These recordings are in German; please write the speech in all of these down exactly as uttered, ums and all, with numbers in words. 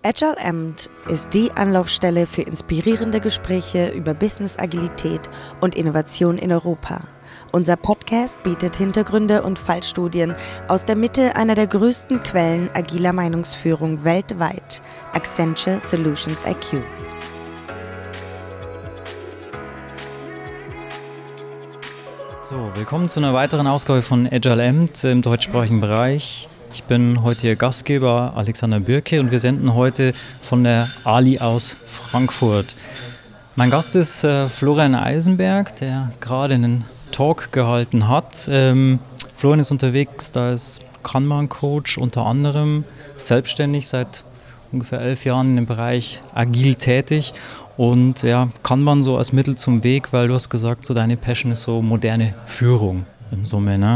Agile-Amt ist die Anlaufstelle für inspirierende Gespräche über Business-Agilität und Innovation in Europa. Unser Podcast bietet Hintergründe und Fallstudien aus der Mitte einer der größten Quellen agiler Meinungsführung weltweit, Accenture Solutions I Q. So, willkommen zu einer weiteren Ausgabe von Agile-Amt im deutschsprachigen Bereich. Ich bin heute Ihr Gastgeber Alexander Birke und wir senden heute von der A L I aus Frankfurt. Mein Gast ist äh, Florian Eisenberg, der gerade einen Talk gehalten hat. Ähm, Florian ist unterwegs, da ist Kanban-Coach unter anderem, selbstständig seit ungefähr elf Jahren in dem Bereich agil tätig. Und ja, Kanban so als Mittel zum Weg, weil du hast gesagt, so deine Passion ist so moderne Führung im Summe, ne?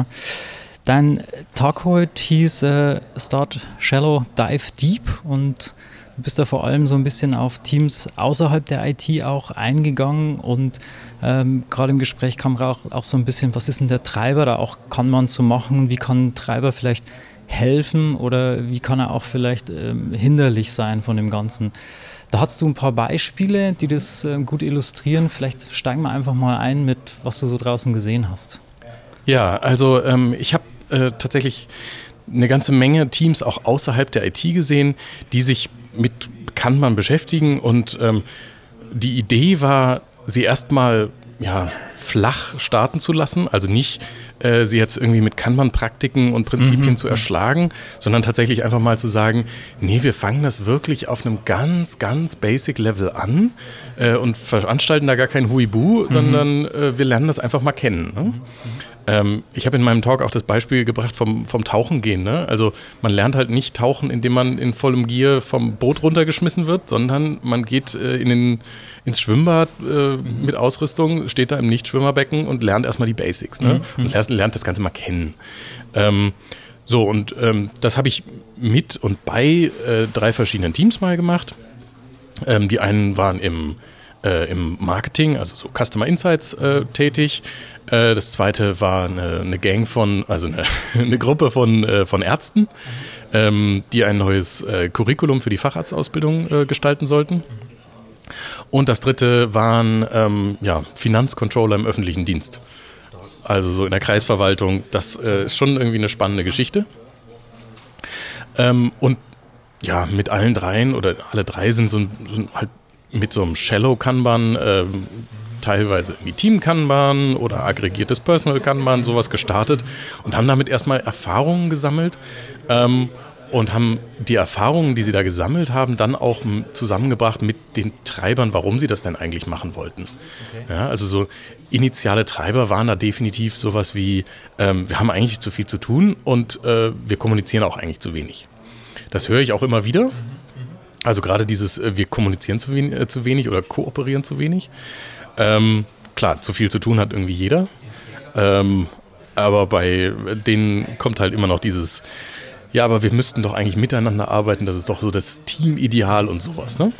Dein Tag heute hieß äh, Start Shallow, Dive Deep und du bist da vor allem so ein bisschen auf Teams außerhalb der I T auch eingegangen und ähm, gerade im Gespräch kam auch, auch so ein bisschen, was ist denn der Treiber da auch Kanban zu machen, wie kann ein Treiber vielleicht helfen oder wie kann er auch vielleicht ähm, hinderlich sein von dem Ganzen. Da hast du ein paar Beispiele, die das äh, gut illustrieren. Vielleicht steigen wir einfach mal ein mit, was du so draußen gesehen hast. Ja, also ähm, ich habe äh, tatsächlich eine ganze Menge Teams auch außerhalb der I T gesehen, die sich mit Kanban beschäftigen und ähm, die Idee war, sie erstmal ja, flach starten zu lassen, also nicht äh, sie jetzt irgendwie mit Kanban-Praktiken und Prinzipien mhm. zu erschlagen, sondern tatsächlich einfach mal zu sagen, nee, wir fangen das wirklich auf einem ganz, ganz basic Level an äh, und veranstalten da gar kein Huibu, mhm. sondern äh, wir lernen das einfach mal kennen. Ne? Mhm. Ähm, ich habe in meinem Talk auch das Beispiel gebracht vom, vom Tauchen gehen. Ne? Also man lernt halt nicht tauchen, indem man in vollem Gier vom Boot runtergeschmissen wird, sondern man geht äh, in den, ins Schwimmbad äh, mhm. mit Ausrüstung, steht da im Nichtschwimmerbecken und lernt erstmal die Basics. Ne? Mhm. Und lernt, lernt das Ganze mal kennen. Ähm, so, und ähm, das habe ich mit und bei äh, drei verschiedenen Teams mal gemacht. Ähm, die einen waren im Äh, im Marketing, also so Customer Insights äh, tätig. Äh, das zweite war eine, eine Gang von, also eine, eine Gruppe von, äh, von Ärzten, ähm, die ein neues äh, Curriculum für die Facharztausbildung äh, gestalten sollten. Und das dritte waren ähm, ja, Finanzcontroller im öffentlichen Dienst. Also so in der Kreisverwaltung. Das äh, ist schon irgendwie eine spannende Geschichte. Ähm, und ja, mit allen dreien oder alle drei sind so, so halt mit so einem Shallow-Kanban, äh, teilweise irgendwie Team-Kanban oder aggregiertes Personal-Kanban, sowas gestartet und haben damit erstmal Erfahrungen gesammelt ähm, und haben die Erfahrungen, die sie da gesammelt haben, dann auch m- zusammengebracht mit den Treibern, warum sie das denn eigentlich machen wollten. Okay. Ja, also so initiale Treiber waren da definitiv sowas wie, ähm, wir haben eigentlich zu viel zu tun und äh, wir kommunizieren auch eigentlich zu wenig. Das höre ich auch immer wieder. Also gerade dieses, wir kommunizieren zu wenig, äh, zu wenig oder kooperieren zu wenig. Ähm, klar, zu viel zu tun hat irgendwie jeder. Ähm, aber bei denen kommt halt immer noch dieses, ja, aber wir müssten doch eigentlich miteinander arbeiten, das ist doch so das Teamideal und sowas, ne?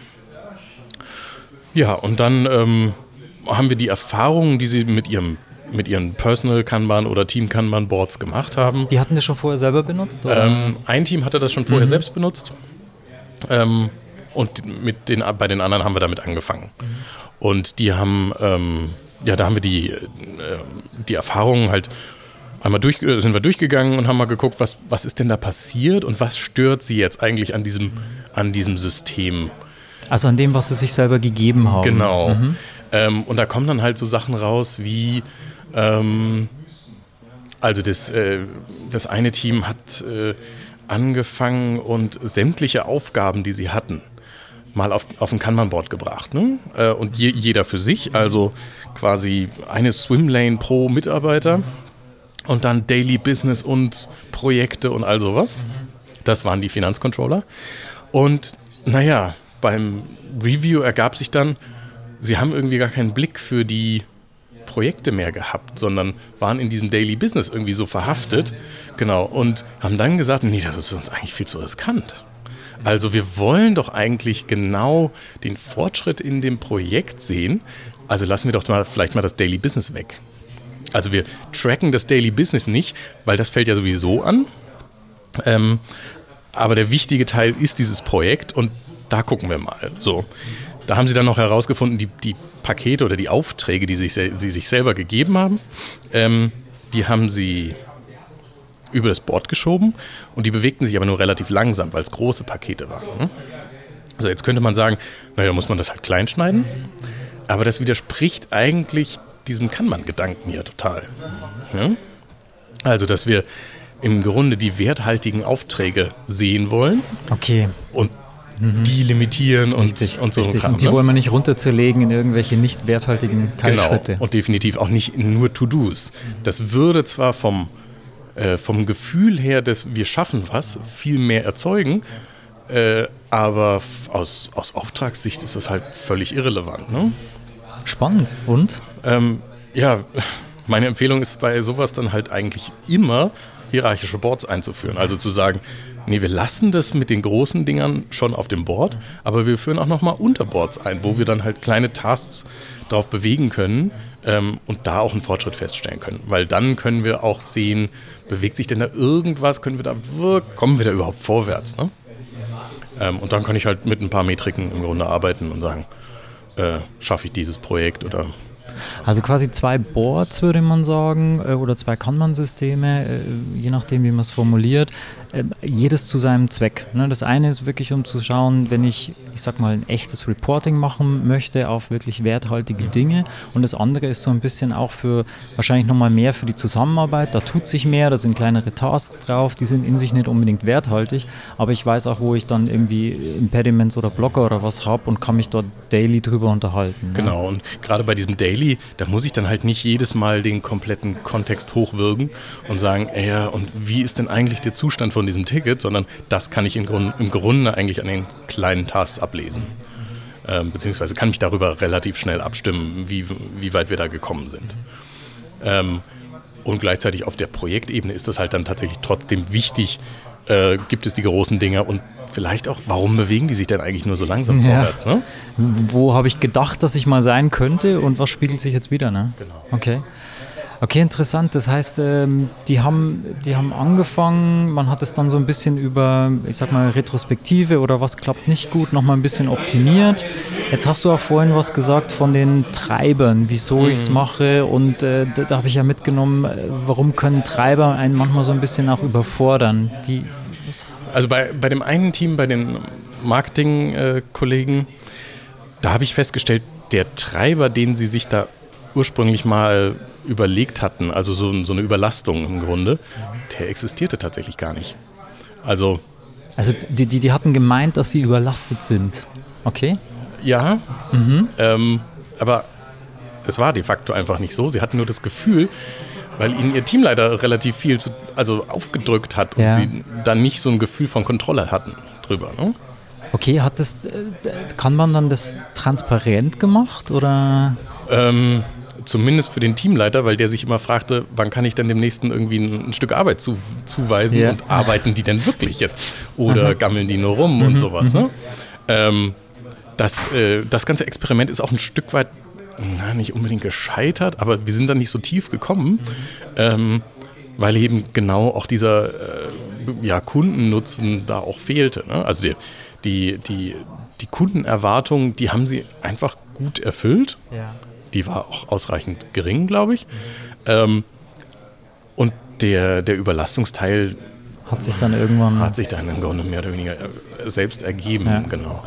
Ja, und dann ähm, haben wir die Erfahrungen, die sie mit ihrem mit ihren Personal Kanban oder Team Kanban Boards gemacht haben. Die hatten das schon vorher selber benutzt? Oder? Ähm, ein Team hatte das schon vorher mhm. selbst benutzt. Ähm, und mit den, bei den anderen haben wir damit angefangen. Mhm. Und die haben, ähm, ja, da haben wir die, äh, die Erfahrungen halt einmal durch, äh, sind wir durchgegangen und haben mal geguckt, was, was ist denn da passiert und was stört sie jetzt eigentlich an diesem, an diesem System. Also an dem, was sie sich selber gegeben haben. Genau. Mhm. Ähm, und da kommen dann halt so Sachen raus wie, ähm, also das, äh, das eine Team hat äh, angefangen und sämtliche Aufgaben, die sie hatten, mal auf, auf ein Kanban-Board gebracht. Ne? Äh, und je, jeder für sich, also quasi eine Swimlane pro Mitarbeiter und dann Daily Business und Projekte und all sowas. Das waren die Finanzcontroller. Und naja, beim Review ergab sich dann, sie haben irgendwie gar keinen Blick für die Projekte mehr gehabt, sondern waren in diesem Daily Business irgendwie so verhaftet. Genau. Und haben dann gesagt, nee, das ist uns eigentlich viel zu riskant. Also wir wollen doch eigentlich genau den Fortschritt in dem Projekt sehen. Also lassen wir doch mal vielleicht mal das Daily Business weg. Also wir tracken das Daily Business nicht, weil das fällt ja sowieso an. Ähm, aber der wichtige Teil ist dieses Projekt und da gucken wir mal. So. Da haben sie dann noch herausgefunden, die, die Pakete oder die Aufträge, die sich, sie sich selber gegeben haben, ähm, die haben sie über das Board geschoben und die bewegten sich aber nur relativ langsam, weil es große Pakete waren. Ne? Also jetzt könnte man sagen, naja, muss man das halt klein schneiden, aber das widerspricht eigentlich diesem Kanban-Gedanken hier total. Ja? Also, dass wir im Grunde die werthaltigen Aufträge sehen wollen. Okay. Und mhm. die limitieren und, richtig, und so. Richtig. Kram, und die ne? wollen wir nicht runterzulegen in irgendwelche nicht werthaltigen Teilschritte. Genau. Und definitiv auch nicht nur To-Dos. Das würde zwar vom, äh, vom Gefühl her, dass wir schaffen was, viel mehr erzeugen, äh, aber f- aus, aus Auftragssicht ist das halt völlig irrelevant. Ne? Spannend. Und? Ähm, ja, meine Empfehlung ist bei sowas dann halt eigentlich immer, hierarchische Boards einzuführen. Also zu sagen, nee, wir lassen das mit den großen Dingern schon auf dem Board, aber wir führen auch nochmal Unterboards ein, wo wir dann halt kleine Tasks drauf bewegen können ähm, und da auch einen Fortschritt feststellen können. Weil dann können wir auch sehen, bewegt sich denn da irgendwas, können wir da wirk- kommen wir da überhaupt vorwärts. Ne? Ähm, und dann kann ich halt mit ein paar Metriken im Grunde arbeiten und sagen, äh, schaffe ich dieses Projekt oder... Also quasi zwei Boards, würde man sagen, oder zwei Kanban-Systeme, je nachdem, wie man es formuliert, jedes zu seinem Zweck. Das eine ist wirklich, um zu schauen, wenn ich, ich sag mal, ein echtes Reporting machen möchte auf wirklich werthaltige Dinge, und das andere ist so ein bisschen auch für, wahrscheinlich nochmal mehr für die Zusammenarbeit, da tut sich mehr, da sind kleinere Tasks drauf, die sind in sich nicht unbedingt werthaltig, aber ich weiß auch, wo ich dann irgendwie Impediments oder Blocker oder was habe und kann mich dort daily drüber unterhalten. Genau, ne? und gerade bei diesem Daily, da muss ich dann halt nicht jedes Mal den kompletten Kontext hochwürgen und sagen, ey, ja, und wie ist denn eigentlich der Zustand von diesem Ticket, sondern das kann ich im Grunde, im Grunde eigentlich an den kleinen Tasks ablesen. Ähm, beziehungsweise kann mich darüber relativ schnell abstimmen, wie, wie weit wir da gekommen sind. Ähm, und gleichzeitig auf der Projektebene ist das halt dann tatsächlich trotzdem wichtig, äh, gibt es die großen Dinger und vielleicht auch, warum bewegen die sich denn eigentlich nur so langsam Ja. vorwärts? Ne? Wo habe ich gedacht, dass ich mal sein könnte und was spiegelt sich jetzt wieder? Ne? Genau. Okay. Okay, interessant. Das heißt, ähm, die haben, die haben angefangen, man hat es dann so ein bisschen über, ich sag mal, Retrospektive oder was klappt nicht gut, nochmal ein bisschen optimiert. Jetzt hast du auch vorhin was gesagt von den Treibern, wieso mhm. ich es mache, und äh, da, da habe ich ja mitgenommen, äh, warum können Treiber einen manchmal so ein bisschen auch überfordern? Wie, Also bei, bei dem einen Team, bei den Marketing-Kollegen, äh, da habe ich festgestellt, der Treiber, den sie sich da ursprünglich mal überlegt hatten, also so, so eine Überlastung im Grunde, der existierte tatsächlich gar nicht. Also, also die, die, die hatten gemeint, dass sie überlastet sind. Okay? Ja, Mhm. ähm, aber es war de facto einfach nicht so. Sie hatten nur das Gefühl, weil ihnen ihr Teamleiter relativ viel zu, also aufgedrückt hat und Ja. sie dann nicht so ein Gefühl von Kontrolle hatten drüber. Ne? Okay, hat das, äh, kann man dann das transparent gemacht oder? Ähm, zumindest für den Teamleiter, weil der sich immer fragte, wann kann ich denn dem Nächsten irgendwie ein, ein Stück Arbeit zu, zuweisen Ja. und arbeiten die denn wirklich jetzt oder gammeln die nur rum Mhm. und sowas. Ne? Ähm, das, äh, das ganze Experiment ist auch ein Stück weit, na, nicht unbedingt gescheitert, aber wir sind da nicht so tief gekommen, ähm, weil eben genau auch dieser äh, ja, Kundennutzen da auch fehlte. Ne? Also die, die, die, die Kundenerwartungen, die haben sie einfach gut erfüllt. Ja. Die war auch ausreichend gering, glaube ich. Ähm, und der, der Überlastungsteil Hat sich dann irgendwann. hat sich dann im Grunde mehr oder weniger äh, selbst ergeben. Ja. Genau.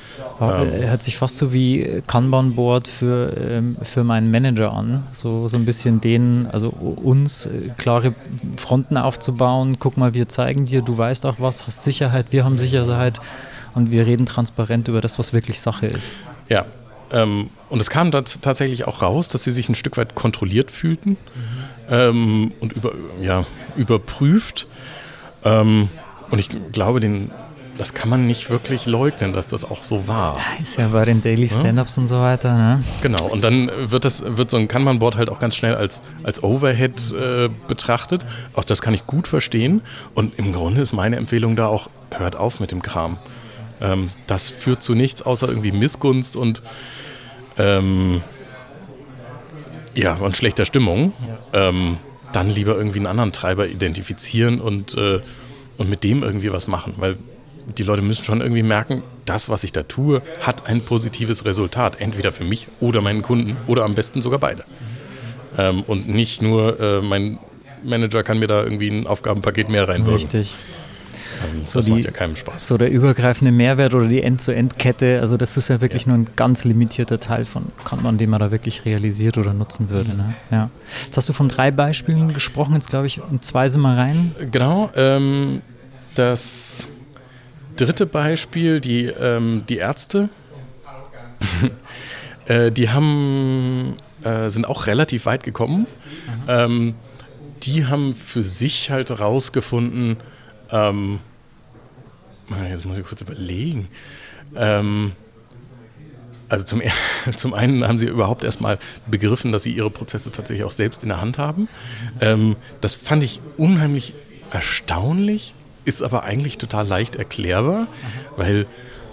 Äh, hört sich fast so wie Kanban-Board für, ähm, für meinen Manager an. So, so ein bisschen den, also uns äh, klare Fronten aufzubauen. Guck mal, wir zeigen dir, du weißt auch was, hast Sicherheit, wir haben Sicherheit und wir reden transparent über das, was wirklich Sache ist. Ja. Ähm, und es kam tats- tatsächlich auch raus, dass sie sich ein Stück weit kontrolliert fühlten mhm. ähm, und über, ja, überprüft. Ähm, und ich glaube, den, das kann man nicht wirklich leugnen, dass das auch so war. Ist ja bei den Daily Stand-Ups ja. und so weiter, ne? Genau, und dann wird, das, wird so ein Kanban-Board halt auch ganz schnell als, als Overhead äh, betrachtet. Auch das kann ich gut verstehen. Und im Grunde ist meine Empfehlung da auch, hört auf mit dem Kram. Ähm, das führt zu nichts außer irgendwie Missgunst und ähm, ja, und schlechter Stimmung. Ja. Ähm, dann lieber irgendwie einen anderen Treiber identifizieren und, äh, und mit dem irgendwie was machen. Weil die Leute müssen schon irgendwie merken, das, was ich da tue, hat ein positives Resultat. Entweder für mich oder meinen Kunden oder am besten sogar beide. Ähm, und nicht nur, äh, mein Manager kann mir da irgendwie ein Aufgabenpaket mehr reinwirken. Richtig. Ähm, so das die, macht ja keinem Spaß. So der übergreifende Mehrwert oder die End-zu-End-Kette, also das ist ja wirklich ja. nur ein ganz limitierter Teil von Kanban, den man da wirklich realisiert oder nutzen würde. Ne? Ja. Jetzt hast du von drei Beispielen gesprochen, jetzt glaube ich, in zwei sind wir rein. Genau, ähm, das dritte Beispiel, die, ähm, die Ärzte, äh, die haben, äh, sind auch relativ weit gekommen. Ähm, die haben für sich halt herausgefunden, ähm, jetzt muss ich kurz überlegen, ähm, also zum, zum einen haben sie überhaupt erstmal begriffen, dass sie ihre Prozesse tatsächlich auch selbst in der Hand haben. Ähm, das fand ich unheimlich erstaunlich, ist aber eigentlich total leicht erklärbar, mhm. weil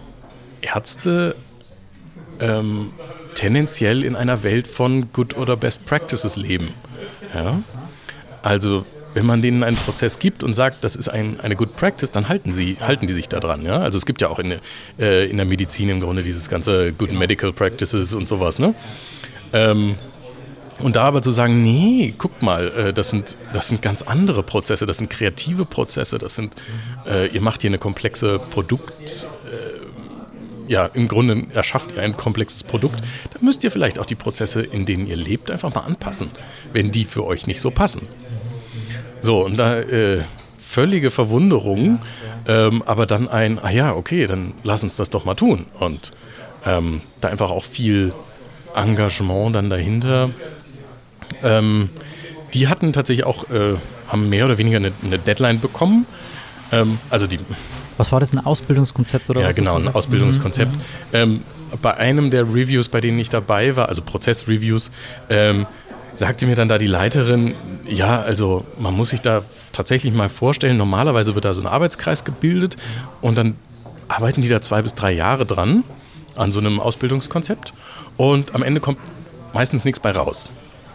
Ärzte ähm, tendenziell in einer Welt von Good oder Best Practices leben. Ja? Also wenn man denen einen Prozess gibt und sagt, das ist ein, eine Good Practice, dann halten sie, halten die sich da dran. Ja? Also es gibt ja auch in, der, äh, in der Medizin im Grunde dieses ganze Good Medical Practices und sowas. Ne? Ähm, und da aber zu sagen, nee, guckt mal, äh, das sind, das sind ganz andere Prozesse, das sind kreative Prozesse, das sind, äh, ihr macht hier eine komplexe Produkt, äh, ja, im Grunde erschafft ihr ein komplexes Produkt, dann müsst ihr vielleicht auch die Prozesse, in denen ihr lebt, einfach mal anpassen, wenn die für euch nicht so passen. So, und da äh, völlige Verwunderung, ähm, aber dann ein, ah ja, okay, dann lass uns das doch mal tun. Und ähm, da einfach auch viel Engagement dann dahinter. Ähm, die hatten tatsächlich auch, äh, haben mehr oder weniger eine, eine Deadline bekommen. Ähm, also die... Was war das, ein Ausbildungskonzept oder ja, was? Ja, genau, ein so Ausbildungskonzept. Mhm. Ähm, bei einem der Reviews, bei denen ich dabei war, also Prozessreviews, ähm, sagte mir dann da die Leiterin, ja, also man muss sich da tatsächlich mal vorstellen, normalerweise wird da so ein Arbeitskreis gebildet und dann arbeiten die da zwei bis drei Jahre dran an so einem Ausbildungskonzept und am Ende kommt meistens nichts bei raus.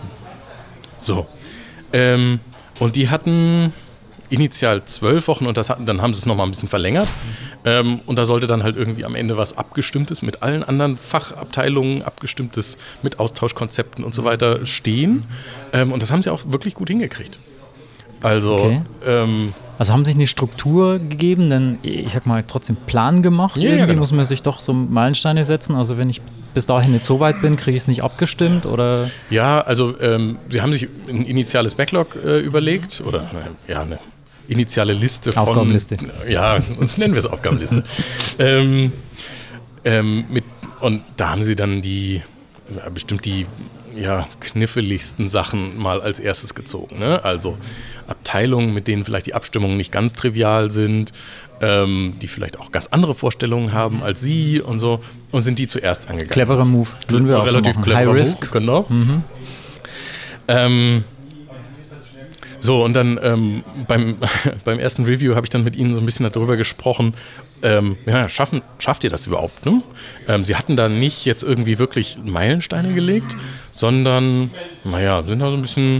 So. Ähm, und die hatten initial zwölf Wochen und das, dann haben sie es nochmal ein bisschen verlängert. Ähm, und da sollte dann halt irgendwie am Ende was Abgestimmtes mit allen anderen Fachabteilungen, Abgestimmtes mit Austauschkonzepten und so weiter stehen. Ähm, und das haben sie auch wirklich gut hingekriegt. Also, okay. ähm, also haben sich eine Struktur gegeben, denn ich sag mal trotzdem Plan gemacht. Ja, Irgendwie ja, genau. muss man sich doch so Meilensteine setzen. Also wenn ich bis dahin nicht so weit bin, kriege ich es nicht abgestimmt oder? Ja, also ähm, sie haben sich ein initiales Backlog äh, überlegt oder äh, ja eine initiale Liste von... Aufgabenliste. Ja, nennen wir es Aufgabenliste. ähm, ähm, mit, und da haben sie dann die, ja, bestimmt die ja, kniffeligsten Sachen mal als erstes gezogen. Ne? Also Abteilungen, mit denen vielleicht die Abstimmungen nicht ganz trivial sind, ähm, die vielleicht auch ganz andere Vorstellungen haben als sie und so, und sind die zuerst angegangen. Cleverer Move. Würden wir auch Relativ so machen. cleverer High Risk. Move, genau. Mhm. Ähm, So, und dann ähm, beim, beim ersten Review habe ich dann mit ihnen so ein bisschen darüber gesprochen, ähm, ja, schaffen, schafft ihr das überhaupt? Ne? Ähm, sie hatten da nicht jetzt irgendwie wirklich Meilensteine gelegt, sondern, naja, sind da so ein bisschen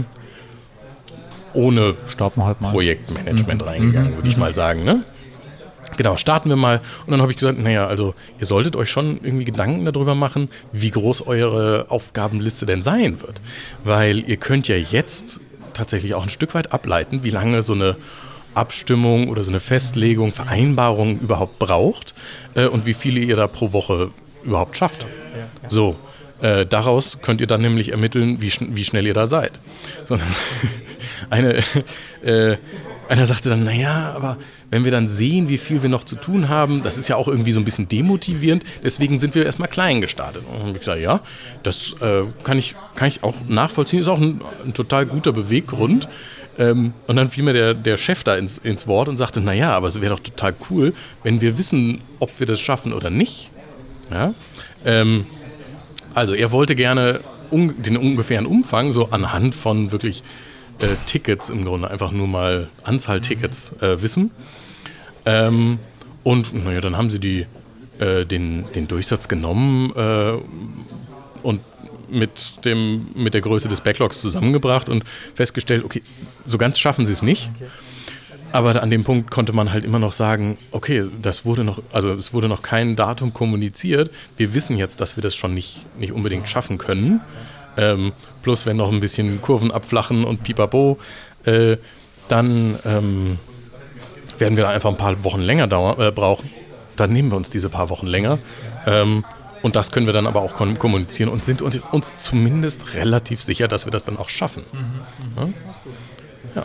ohne halt Projektmanagement mhm. reingegangen, mhm. würde ich mal sagen. Ne? Genau, starten wir mal. Und dann habe ich gesagt, naja, also ihr solltet euch schon irgendwie Gedanken darüber machen, wie groß eure Aufgabenliste denn sein wird. Weil ihr könnt ja jetzt tatsächlich auch ein Stück weit ableiten, wie lange so eine Abstimmung oder so eine Festlegung, Vereinbarung überhaupt braucht äh, und wie viele ihr da pro Woche überhaupt schafft. Ja, ja. So, äh, daraus könnt ihr dann nämlich ermitteln, wie, schn- wie schnell ihr da seid. Sondern eine, äh, einer sagte dann, naja, aber wenn wir dann sehen, wie viel wir noch zu tun haben, das ist ja auch irgendwie so ein bisschen demotivierend, deswegen sind wir erstmal klein gestartet. Und dann habe ich gesagt, ja, das äh, kann, ich, kann ich auch nachvollziehen, ist auch ein, ein total guter Beweggrund. Ähm, und dann fiel mir der, der Chef da ins, ins Wort und sagte, naja, aber es wäre doch total cool, wenn wir wissen, ob wir das schaffen oder nicht. Ja? Ähm, also er wollte gerne un- den ungefähren Umfang so anhand von wirklich Äh, Tickets im Grunde, einfach nur mal Anzahl Tickets äh, wissen. Ähm, und naja, dann haben sie die, äh, den, den Durchsatz genommen äh, und mit, dem, mit der Größe des Backlogs zusammengebracht und festgestellt, okay, so ganz schaffen sie es nicht. Aber an dem Punkt konnte man halt immer noch sagen, okay, das wurde noch, also es wurde noch kein Datum kommuniziert. Wir wissen jetzt, dass wir das schon nicht, nicht unbedingt schaffen können. Ähm, plus wenn noch ein bisschen Kurven abflachen und pipapo, äh, dann ähm, werden wir da einfach ein paar Wochen länger dauern, äh, brauchen. Dann nehmen wir uns diese paar Wochen länger. Ähm, und das können wir dann aber auch kommunizieren und sind uns, uns zumindest relativ sicher, dass wir das dann auch schaffen. Mhm. Ja.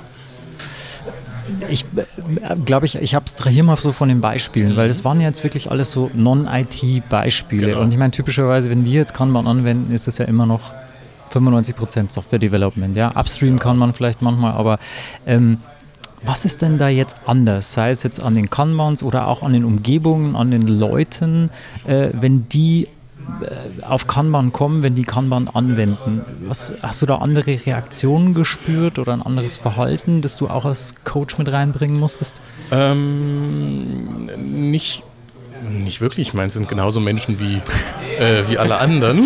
Ich glaube, ich, ich abstrahiere mal so von den Beispielen, weil das waren ja jetzt wirklich alles so Non-I T-Beispiele. Genau. Und ich meine, typischerweise, wenn wir jetzt Kanban anwenden, ist es ja immer noch fünfundneunzig Prozent Software-Development. Ja? Upstream kann man vielleicht manchmal, aber ähm, was ist denn da jetzt anders? Sei es jetzt an den Kanbans oder auch an den Umgebungen, an den Leuten, äh, wenn die äh, auf Kanban kommen, wenn die Kanban anwenden. Was, hast du da andere Reaktionen gespürt oder ein anderes Verhalten, das du auch als Coach mit reinbringen musstest? Ähm, nicht, nicht wirklich. Ich meine, es sind genauso Menschen wie, äh, wie alle anderen.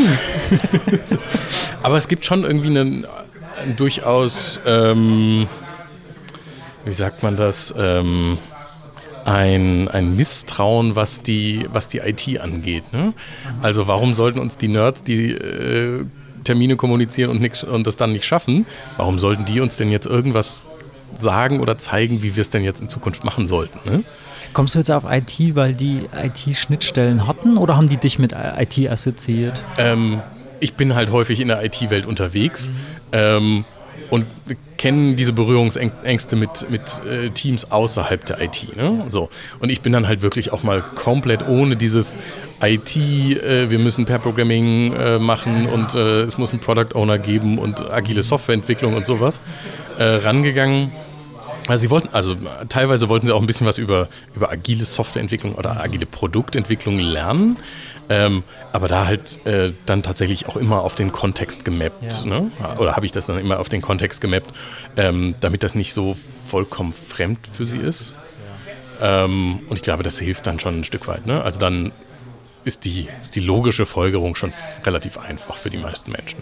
Aber es gibt schon irgendwie einen, einen durchaus... Ähm, wie sagt man das, ähm, ein, ein Misstrauen, was die, was die I T angeht. Ne? Also warum sollten uns die Nerds, die äh, Termine kommunizieren und, nix, und das dann nicht schaffen, warum sollten die uns denn jetzt irgendwas sagen oder zeigen, wie wir es denn jetzt in Zukunft machen sollten? Ne? Kommst du jetzt auf I T, weil die I T-Schnittstellen hatten oder haben die dich mit I T assoziiert? Ähm, ich bin halt häufig in der I T-Welt unterwegs. Mhm. Ähm, und kennen diese Berührungsängste mit, mit äh, Teams außerhalb der I T. Ne? So. Und ich bin dann halt wirklich auch mal komplett ohne dieses I T, äh, wir müssen Pair Programming äh, machen und äh, es muss einen Product Owner geben und agile Softwareentwicklung und sowas, äh, rangegangen. Also sie wollten, also teilweise wollten sie auch ein bisschen was über, über agile Softwareentwicklung oder agile Produktentwicklung lernen. Ähm, aber da halt äh, dann tatsächlich auch immer auf den Kontext gemappt, ja. Ne? Oder habe ich das dann immer auf den Kontext gemappt, ähm, damit das nicht so vollkommen fremd für sie ist. Ja. Ähm, und ich glaube, das hilft dann schon ein Stück weit. Ne? Also dann ist die, ist die logische Folgerung schon f- relativ einfach für die meisten Menschen.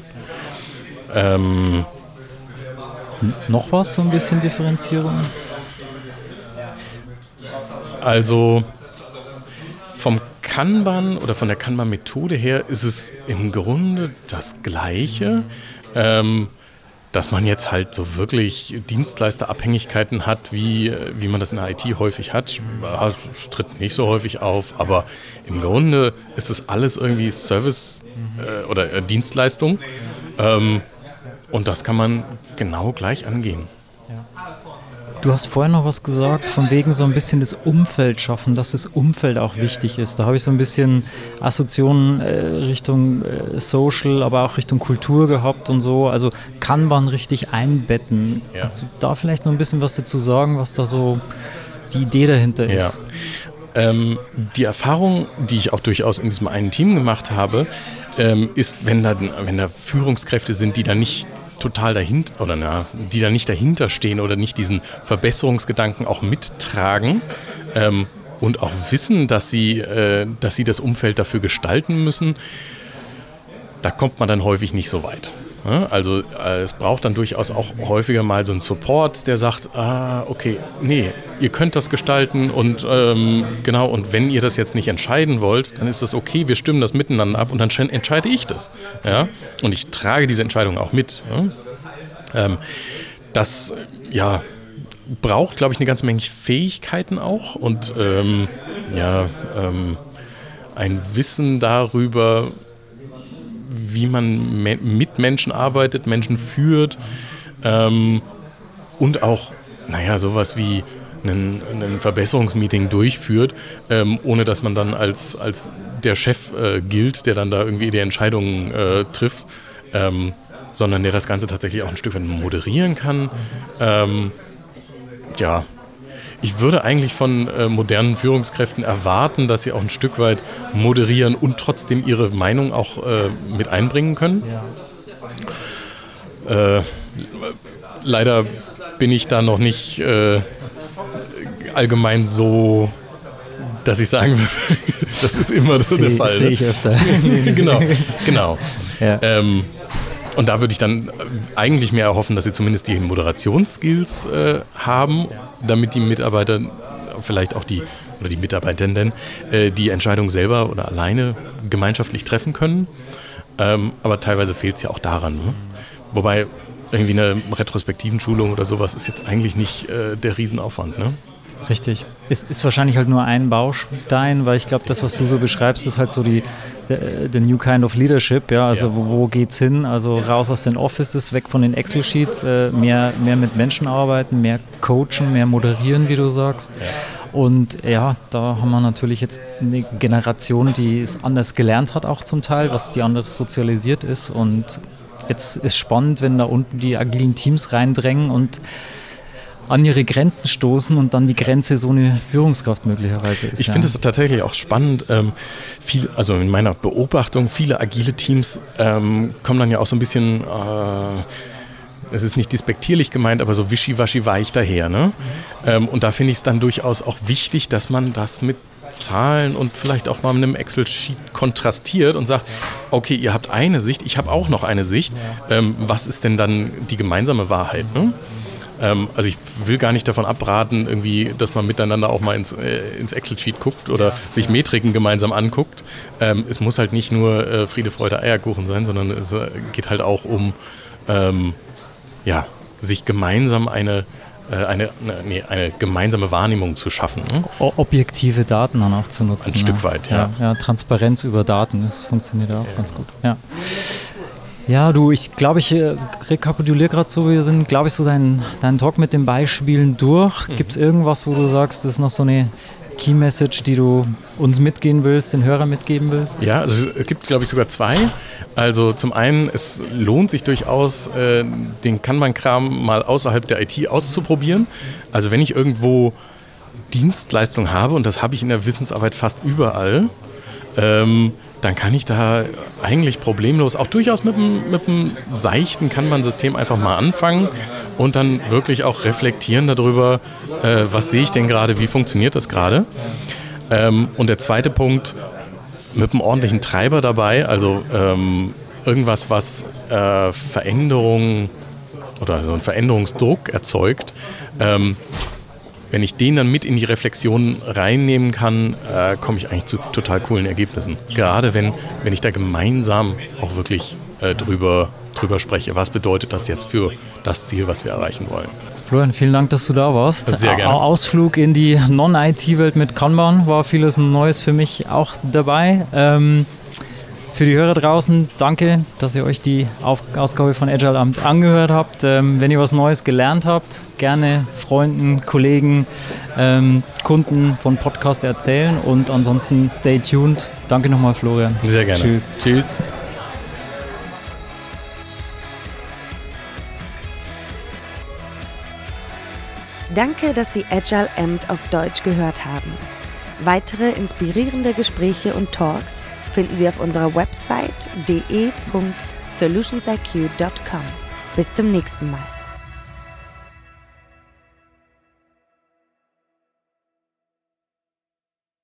Ähm, Noch was, so ein bisschen Differenzierung? Also vom Kanban oder von der Kanban-Methode her ist es im Grunde das Gleiche, ähm, dass man jetzt halt so wirklich Dienstleisterabhängigkeiten hat, wie, wie man das in der I T häufig hat. Das tritt nicht so häufig auf, aber im Grunde ist es alles irgendwie Service äh, oder äh, Dienstleistung ähm, und das kann man genau gleich angehen. Du hast vorher noch was gesagt, von wegen so ein bisschen das Umfeld schaffen, dass das Umfeld auch wichtig ist. Da habe ich so ein bisschen Assoziationen äh, Richtung äh, Social, aber auch Richtung Kultur gehabt und so. Also Kanban richtig einbetten. Ja. Kannst du da vielleicht noch ein bisschen was dazu sagen, was da so die Idee dahinter ist? Ja. Ähm, die Erfahrung, die ich auch durchaus in diesem einen Team gemacht habe, ähm, ist, wenn da, wenn da Führungskräfte sind, die da nicht total dahinter oder na, die da nicht dahinter stehen oder nicht diesen Verbesserungsgedanken auch mittragen ähm, und auch wissen, dass sie, äh, dass sie das Umfeld dafür gestalten müssen, da kommt man dann häufig nicht so weit. Ja, also äh, es braucht dann durchaus auch häufiger mal so einen Support, der sagt, ah, okay, nee, ihr könnt das gestalten und ähm, genau, und wenn ihr das jetzt nicht entscheiden wollt, dann ist das okay, wir stimmen das miteinander ab und dann entscheide ich das. Ja? Und ich trage diese Entscheidung auch mit. Ja? Ähm, das, ja, braucht, glaube ich, eine ganze Menge Fähigkeiten auch und ähm, ja, ähm, ein Wissen darüber, wie man me- mit Menschen arbeitet, Menschen führt ähm, und auch, naja, sowas wie ein, ein Verbesserungsmeeting durchführt, ähm, ohne dass man dann als, als der Chef äh, gilt, der dann da irgendwie die Entscheidungen äh, trifft, ähm, sondern der das Ganze tatsächlich auch ein Stück weit moderieren kann. Ähm, ja, ich würde eigentlich von äh, modernen Führungskräften erwarten, dass sie auch ein Stück weit moderieren und trotzdem ihre Meinung auch äh, mit einbringen können. Ja. Äh, leider bin ich da noch nicht äh, allgemein so, dass ich sagen würde, das ist immer so der Fall. Das sehe ich öfter. genau, genau. Ja. Ähm, und da würde ich dann eigentlich mehr erhoffen, dass sie zumindest die Moderationsskills äh, haben, damit die Mitarbeiter, vielleicht auch die, oder die Mitarbeitenden, äh, die Entscheidung selber oder alleine gemeinschaftlich treffen können. Ähm, aber teilweise fehlt es ja auch daran. Ne? Wobei irgendwie eine retrospektiven Schulung oder sowas ist jetzt eigentlich nicht äh, der Riesenaufwand, ne? Richtig. Ist, ist wahrscheinlich halt nur ein Baustein, weil ich glaube, das, was du so beschreibst, ist halt so die the new kind of leadership, ja, also ja. wo, wo geht's hin? Also raus aus den Offices, weg von den Excel-Sheets, äh, mehr, mehr mit Menschen arbeiten, mehr coachen, mehr moderieren, wie du sagst. Ja. Und ja, da haben wir natürlich jetzt eine Generation, die es anders gelernt hat auch zum Teil, was die anders sozialisiert ist, und jetzt ist spannend, wenn da unten die agilen Teams reindrängen und an ihre Grenzen stoßen und dann die Grenze so eine Führungskraft möglicherweise ist. Ich ja. finde es tatsächlich auch spannend, ähm, viel, also in meiner Beobachtung, viele agile Teams ähm, kommen dann ja auch so ein bisschen, äh, es ist nicht despektierlich gemeint, aber so wischiwaschi weich daher. Ne? Mhm. Ähm, und da finde ich es dann durchaus auch wichtig, dass man das mit Zahlen und vielleicht auch mal mit einem Excel-Sheet kontrastiert und sagt, okay, ihr habt eine Sicht, ich habe auch noch eine Sicht. Ja. Ähm, was ist denn dann die gemeinsame Wahrheit? Ne? Ähm, also ich will gar nicht davon abraten, irgendwie, dass man miteinander auch mal ins, äh, ins Excel-Sheet guckt oder ja, sich Metriken gemeinsam anguckt. Ähm, es muss halt nicht nur äh, Friede, Freude, Eierkuchen sein, sondern es äh, geht halt auch um ähm, ja, sich gemeinsam eine Eine, eine, nee, eine gemeinsame Wahrnehmung zu schaffen. Ne? Objektive Daten dann auch zu nutzen. Ein ja. Stück weit, ja. ja. Ja, Transparenz über Daten, das funktioniert auch ja. ganz gut. Ja, ja du, ich glaube, ich rekapituliere gerade so, wir sind, glaube ich, so deinen dein Talk mit den Beispielen durch. Mhm. Gibt es irgendwas, wo du sagst, das ist noch so eine Key Message, die du uns mitgehen willst, den Hörern mitgeben willst? Ja, also es gibt, glaube ich, sogar zwei. Also zum einen, es lohnt sich durchaus, äh, den Kanban-Kram mal außerhalb der I T auszuprobieren. Also wenn ich irgendwo Dienstleistung habe, und das habe ich in der Wissensarbeit fast überall, ähm, dann kann ich da eigentlich problemlos, auch durchaus mit einem, mit einem seichten Kanban-System einfach mal anfangen und dann wirklich auch reflektieren darüber, äh, was sehe ich denn gerade, wie funktioniert das gerade. Ähm, und der zweite Punkt, mit einem ordentlichen Treiber dabei, also ähm, irgendwas, was äh, Veränderungen oder so einen Veränderungsdruck erzeugt. Ähm, wenn ich den dann mit in die Reflexion reinnehmen kann, äh, komme ich eigentlich zu total coolen Ergebnissen. Gerade wenn, wenn ich da gemeinsam auch wirklich äh, drüber, drüber spreche. Was bedeutet das jetzt für das Ziel, was wir erreichen wollen? Florian, vielen Dank, dass du da warst. Sehr gerne. Ausflug in die Non-I T-Welt mit Kanban, war vieles Neues für mich auch dabei. Ähm, für die Hörer draußen, danke, dass ihr euch die Auf- Ausgabe von Agile Amt angehört habt. Ähm, wenn ihr was Neues gelernt habt, gerne Freunden, Kollegen, ähm, Kunden von Podcasts erzählen, und ansonsten stay tuned. Danke nochmal, Florian. Sehr gerne. Tschüss. Tschüss. Danke, dass Sie Agile Amt auf Deutsch gehört haben. Weitere inspirierende Gespräche und Talks finden Sie auf unserer Website d e punkt solutions i q punkt com. Bis zum nächsten Mal.